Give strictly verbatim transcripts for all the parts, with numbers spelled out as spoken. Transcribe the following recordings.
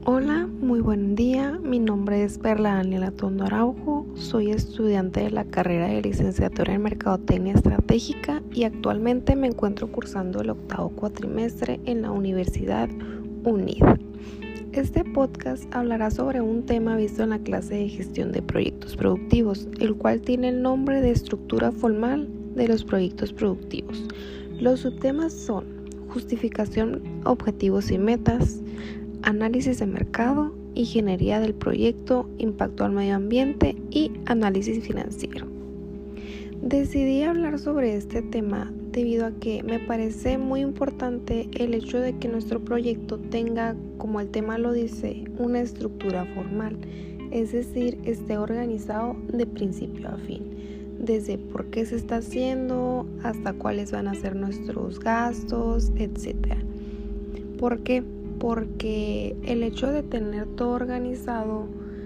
Hola, muy buen día. Mi nombre es Perla Daniela Tondo Araujo. Soy estudiante de la carrera de licenciatura en Mercadotecnia Estratégica y actualmente me encuentro cursando el octavo cuatrimestre en la Universidad U N I D. Este podcast hablará sobre un tema visto en la clase de gestión de proyectos productivos, el cual tiene el nombre de estructura formal de los proyectos productivos. Los subtemas son justificación, objetivos y metas, análisis de mercado, ingeniería del proyecto, impacto al medio ambiente y análisis financiero. Decidí hablar sobre este tema debido a que me parece muy importante el hecho de que nuestro proyecto tenga, como el tema lo dice, una estructura formal, es decir, esté organizado de principio a fin, desde por qué se está haciendo hasta cuáles van a ser nuestros gastos, etcétera. ¿Por qué? Porque el hecho de tener todo organizado,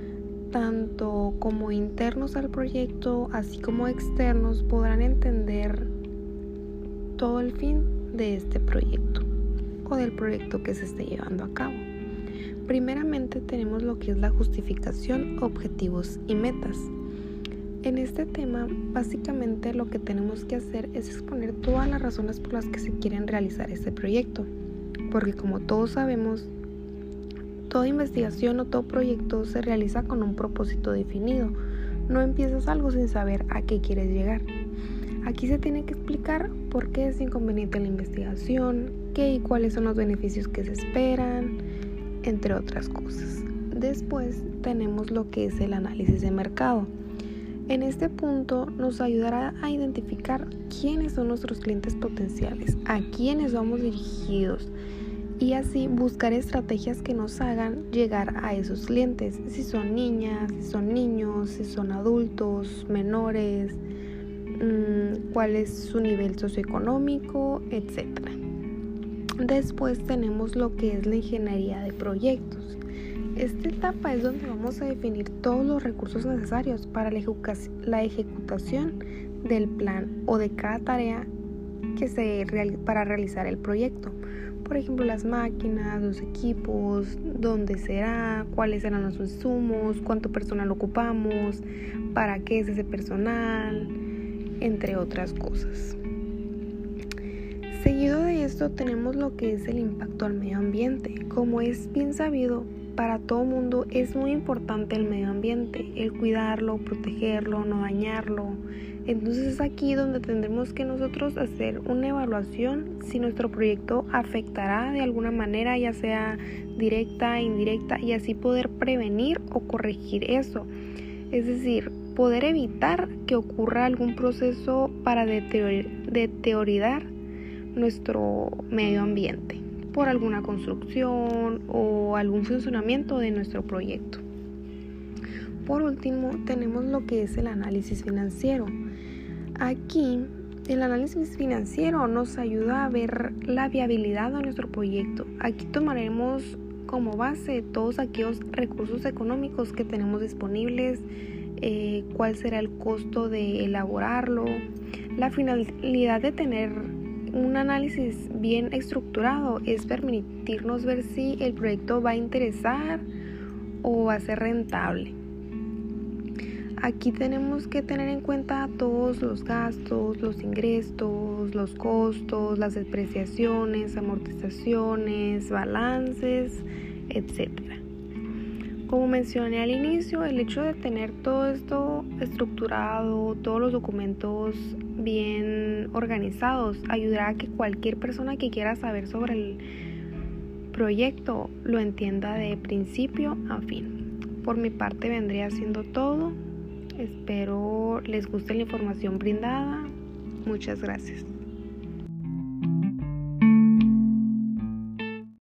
tanto como internos al proyecto, así como externos, podrán entender todo el fin de este proyecto o del proyecto que se esté llevando a cabo. Primeramente tenemos lo que es la justificación, objetivos y metas. En este tema, básicamente lo que tenemos que hacer es exponer todas las razones por las que se quieren realizar este proyecto. Porque como todos sabemos, toda investigación o todo proyecto se realiza con un propósito definido. No empiezas algo sin saber a qué quieres llegar. Aquí se tiene que explicar por qué es inconveniente la investigación, qué y cuáles son los beneficios que se esperan, entre otras cosas. Después tenemos lo que es el análisis de mercado. En este punto nos ayudará a identificar quiénes son nuestros clientes potenciales, a quiénes vamos dirigidos y así buscar estrategias que nos hagan llegar a esos clientes, si son niñas, si son niños, si son adultos, menores, mmm, cuál es su nivel socioeconómico, etcétera. Después tenemos lo que es la ingeniería de proyectos. Esta etapa es donde vamos a definir todos los recursos necesarios para la, ejecu- la ejecutación del plan o de cada tarea que se real- para realizar el proyecto. Por ejemplo, las máquinas, los equipos, dónde será, cuáles serán los insumos, cuánto personal ocupamos, para qué es ese personal, entre otras cosas. Seguido de esto tenemos lo que es el impacto al medio ambiente. Como es bien sabido, para todo mundo es muy importante el medio ambiente, el cuidarlo, protegerlo, no dañarlo. Entonces es aquí donde tendremos que nosotros hacer una evaluación si nuestro proyecto afectará de alguna manera, ya sea directa, indirecta, y así poder prevenir o corregir eso. Es decir, poder evitar que ocurra algún proceso para deteriorar nuestro medio ambiente por alguna construcción o algún funcionamiento de nuestro proyecto. Por último, tenemos lo que es el análisis financiero. Aquí, el análisis financiero nos ayuda a ver la viabilidad de nuestro proyecto. Aquí tomaremos como base todos aquellos recursos económicos que tenemos disponibles, eh, cuál será el costo de elaborarlo, la finalidad de tener un análisis bien estructurado es permitirnos ver si el proyecto va a interesar o va a ser rentable. Aquí tenemos que tener en cuenta todos los gastos, los ingresos, los costos, las depreciaciones, amortizaciones, balances, etcétera. Como mencioné al inicio, el hecho de tener todo esto estructurado, todos los documentos bien organizados, ayudará a que cualquier persona que quiera saber sobre el proyecto lo entienda de principio a fin. Por mi parte vendría siendo todo. Espero les guste la información brindada. Muchas gracias.